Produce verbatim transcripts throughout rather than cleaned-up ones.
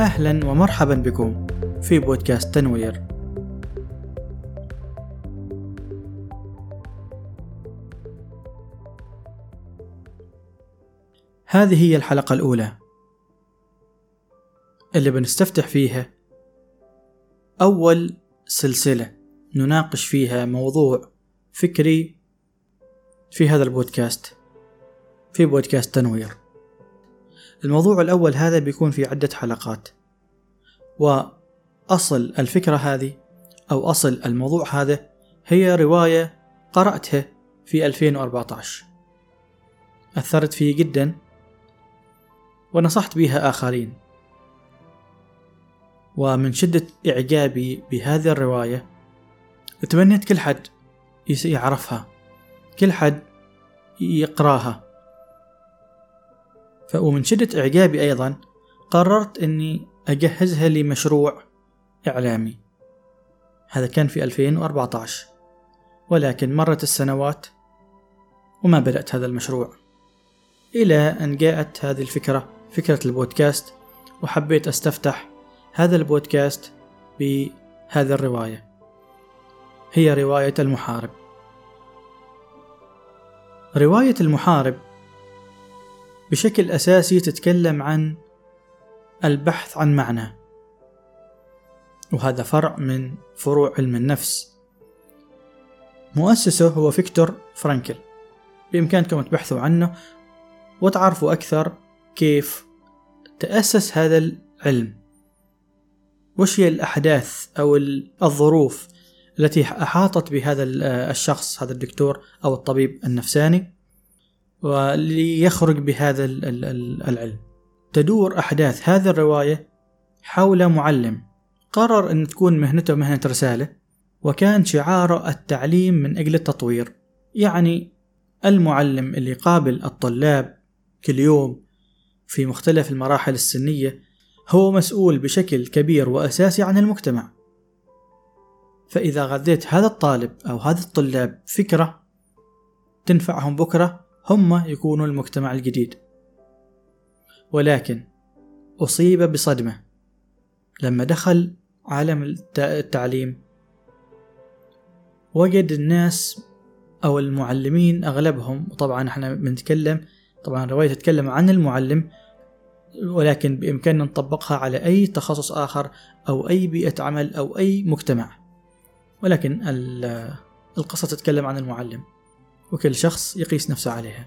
أهلا ومرحبا بكم في بودكاست تنوير. هذه هي الحلقة الأولى اللي بنستفتح فيها أول سلسلة نناقش فيها موضوع فكري في هذا البودكاست في بودكاست تنوير. الموضوع الأول هذا بيكون في عدة حلقات، وأصل الفكرة هذه أو أصل الموضوع هذا هي رواية قرأتها في ألفين وأربعة عشر، أثرت فيه جدا ونصحت بها آخرين، ومن شدة إعجابي بهذه الرواية تمنيت كل حد يعرفها، كل حد يقراها. ومن شدة إعجابي أيضا قررت أني أجهزها لمشروع إعلامي. هذا كان في ألفين وأربعة عشر، ولكن مرت السنوات وما بدأت هذا المشروع، إلى أن جاءت هذه الفكرة، فكرة البودكاست، وحبيت أستفتح هذا البودكاست بهذه الرواية. هي رواية المحارب. رواية المحارب بشكل أساسي تتكلم عن البحث عن معنى، وهذا فرع من فروع علم النفس. مؤسسه هو فيكتور فرانكل، بإمكانكم تبحثوا عنه وتعرفوا أكثر كيف تأسس هذا العلم، وش هي الأحداث أو الظروف التي أحاطت بهذا الشخص، هذا الدكتور أو الطبيب النفساني، وليخرج بهذا العلم. تدور أحداث هذه الرواية حول معلم قرر أن تكون مهنته مهنة رسالة، وكان شعاره التعليم من أجل التطوير. يعني المعلم اللي قابل الطلاب كل يوم في مختلف المراحل السنية هو مسؤول بشكل كبير وأساسي عن المجتمع. فإذا غذيت هذا الطالب أو هذا الطلاب فكرة تنفعهم بكرة، هم يكونوا المجتمع الجديد. ولكن أصيب بصدمة لما دخل عالم التعليم، وجد الناس أو المعلمين أغلبهم، وطبعا احنا بنتكلم طبعا الرواية تتكلم عن المعلم، ولكن بإمكاننا نطبقها على أي تخصص آخر أو أي بيئة عمل أو أي مجتمع، ولكن القصة تتكلم عن المعلم وكل شخص يقيس نفسه عليها.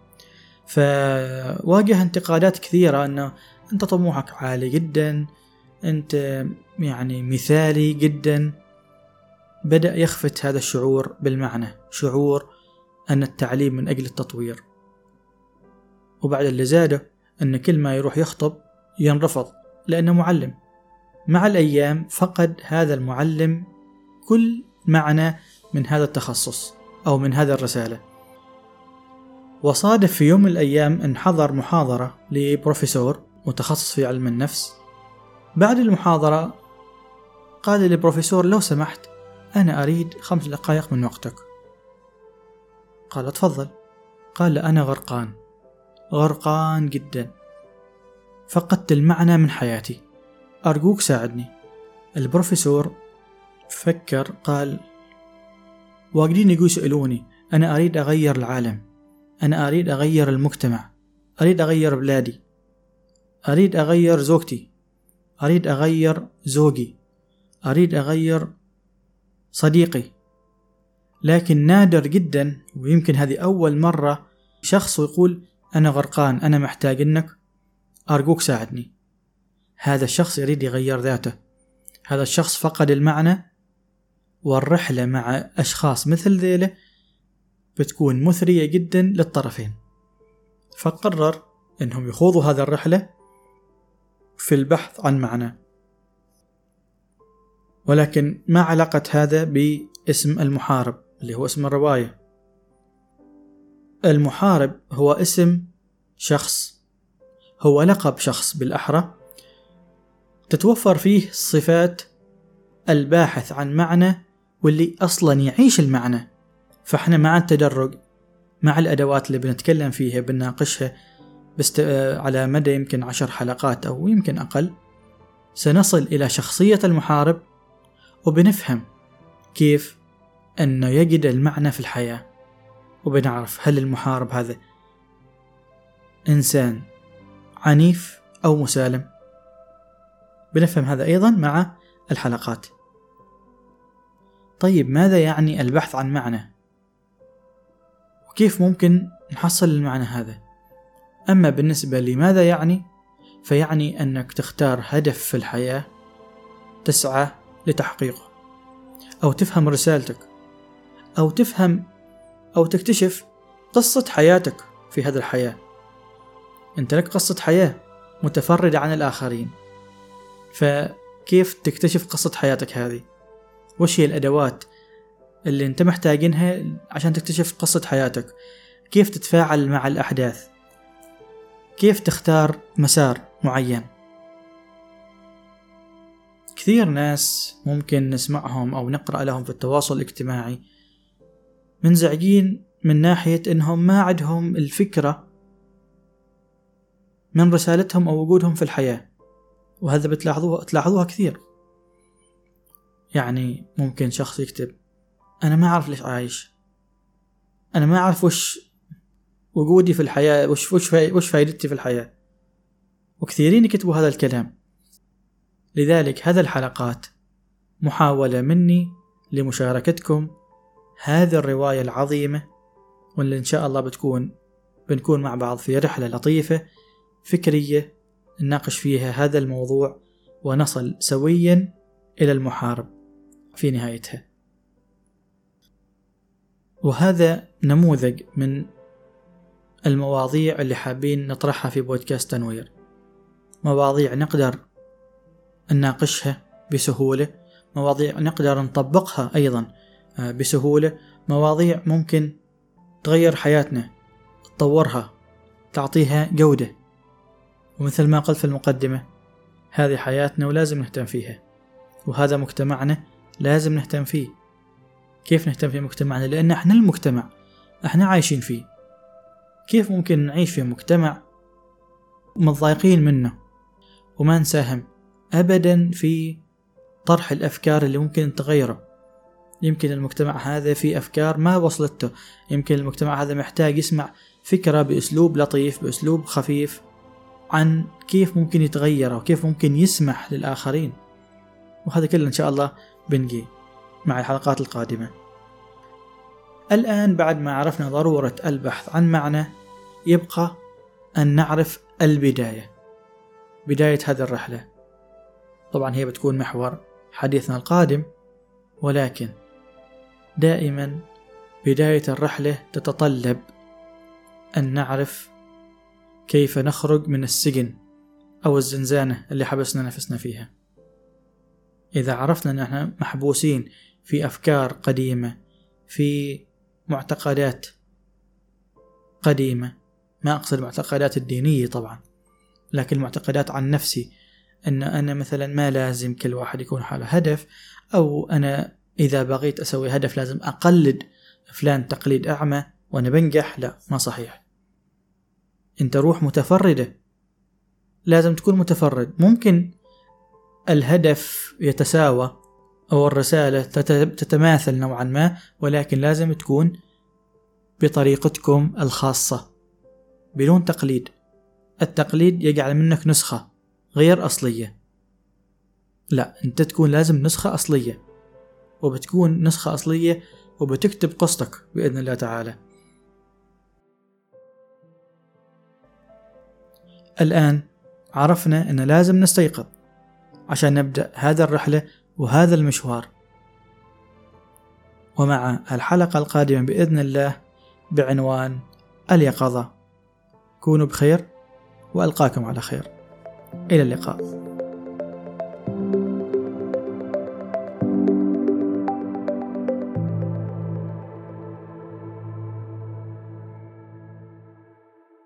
فواجه انتقادات كثيرة أنه أنت طموحك عالي جدا، أنت يعني مثالي جدا. بدأ يخفت هذا الشعور بالمعنى، شعور أن التعليم من أجل التطوير. وبعد اللي زاده أن كل ما يروح يخطب ينرفض لأنه معلم. مع الأيام فقد هذا المعلم كل معنى من هذا التخصص أو من هذا الرسالة. وصادف في يوم من الأيام أن حضر محاضرة لبروفيسور متخصص في علم النفس. بعد المحاضرة قال للبروفيسور: لو سمحت أنا أريد خمس دقائق من وقتك. قال: تفضل. قال: أنا غرقان غرقان جدا، فقدت المعنى من حياتي، أرجوك ساعدني. البروفيسور فكر، قال: واجدين يجوا يسألوني، أنا أريد أغير العالم، أنا أريد أغير المجتمع، أريد أغير بلادي، أريد أغير زوجتي، أريد أغير زوجي، أريد أغير صديقي. لكن نادر جدا، ويمكن هذه أول مرة شخص يقول أنا غرقان، أنا محتاج إنك أرجوك ساعدني. هذا الشخص يريد يغير ذاته، هذا الشخص فقد المعنى، والرحلة مع أشخاص مثل ذيله بتكون مثرية جدا للطرفين. فقرر أنهم يخوضوا هذا الرحلة في البحث عن معنى. ولكن ما علاقة هذا باسم المحارب اللي هو اسم الرواية؟ المحارب هو اسم شخص، هو لقب شخص بالأحرى، تتوفر فيه صفات الباحث عن معنى واللي أصلا يعيش المعنى. فإحنا مع التدرج، مع الأدوات اللي بنتكلم فيها بنناقشها بست... على مدى يمكن عشر حلقات أو يمكن أقل، سنصل إلى شخصية المحارب، وبنفهم كيف أنه يجد المعنى في الحياة، وبنعرف هل المحارب هذا إنسان عنيف أو مسالم. بنفهم هذا أيضا مع الحلقات. طيب ماذا يعني البحث عن معنى؟ وكيف ممكن نحصل المعنى هذا؟ أما بالنسبة لماذا يعني، فيعني أنك تختار هدف في الحياة تسعى لتحقيقه، أو تفهم رسالتك، أو تفهم أو تكتشف قصة حياتك في هذه الحياة. أنت لك قصة حياة متفردة عن الآخرين، فكيف تكتشف قصة حياتك هذه؟ وش هي الأدوات اللي أنت محتاجينها عشان تكتشف قصة حياتك؟ كيف تتفاعل مع الأحداث؟ كيف تختار مسار معين؟ كثير ناس ممكن نسمعهم أو نقرأ لهم في التواصل الاجتماعي منزعجين من ناحية إنهم ما عندهم الفكرة من رسالتهم أو وجودهم في الحياة، وهذا بتلاحظوها تلاحظوها كثير. يعني ممكن شخص يكتب: أنا ما أعرف ليش عايش، أنا ما أعرف وش وجودي في الحياة، وش وش وش فائدتي في الحياة. وكثيرين يكتبوا هذا الكلام. لذلك هذا الحلقات محاولة مني لمشاركتكم هذه الرواية العظيمة، واللي إن شاء الله بتكون بنكون مع بعض في رحلة لطيفة فكرية نناقش فيها هذا الموضوع ونصل سويا إلى المحارب في نهايتها. وهذا نموذج من المواضيع اللي حابين نطرحها في بودكاست تنوير، مواضيع نقدر نناقشها بسهولة، مواضيع نقدر نطبقها أيضا بسهولة، مواضيع ممكن تغير حياتنا، تطورها، تعطيها جودة. ومثل ما قلت في المقدمة، هذه حياتنا ولازم نهتم فيها، وهذا مجتمعنا لازم نهتم فيه. كيف نهتم في مجتمعنا؟ لأن احنا المجتمع، احنا عايشين فيه. كيف ممكن نعيش في مجتمع متضايقين منه وما نساهم أبدا في طرح الأفكار اللي ممكن تغيره؟ يمكن المجتمع هذا فيه أفكار ما وصلته، يمكن المجتمع هذا محتاج يسمع فكرة بأسلوب لطيف، بأسلوب خفيف، عن كيف ممكن يتغير وكيف ممكن يسمح للآخرين. وهذا كله إن شاء الله بنجي مع الحلقات القادمة. الآن بعد ما عرفنا ضرورة البحث عن معنى، يبقى أن نعرف البداية، بداية هذه الرحلة. طبعا هي بتكون محور حديثنا القادم، ولكن دائما بداية الرحلة تتطلب أن نعرف كيف نخرج من السجن أو الزنزانة اللي حبسنا نفسنا فيها. إذا عرفنا أن احنا محبوسين في أفكار قديمة، في معتقدات قديمة، ما أقصد المعتقدات الدينية طبعا، لكن معتقدات عن نفسي، أن أنا مثلا ما لازم كل واحد يكون حاله هدف، أو أنا إذا بغيت أسوي هدف لازم أقلد فلان تقليد أعمى وأنا بنجح. لا، ما صحيح. أنت روح متفردة، لازم تكون متفرد. ممكن الهدف يتساوى أو الرسالة تتماثل نوعا ما، ولكن لازم تكون بطريقتكم الخاصة بدون تقليد. التقليد يجعل منك نسخة غير أصلية. لا، أنت تكون لازم نسخة أصلية، وبتكون نسخة أصلية وبتكتب قصتك بإذن الله تعالى. الآن عرفنا أن لازم نستيقظ عشان نبدأ هذا الرحلة وهذا المشوار. ومع الحلقة القادمة بإذن الله بعنوان اليقظة. كونوا بخير، وألقاكم على خير. إلى اللقاء.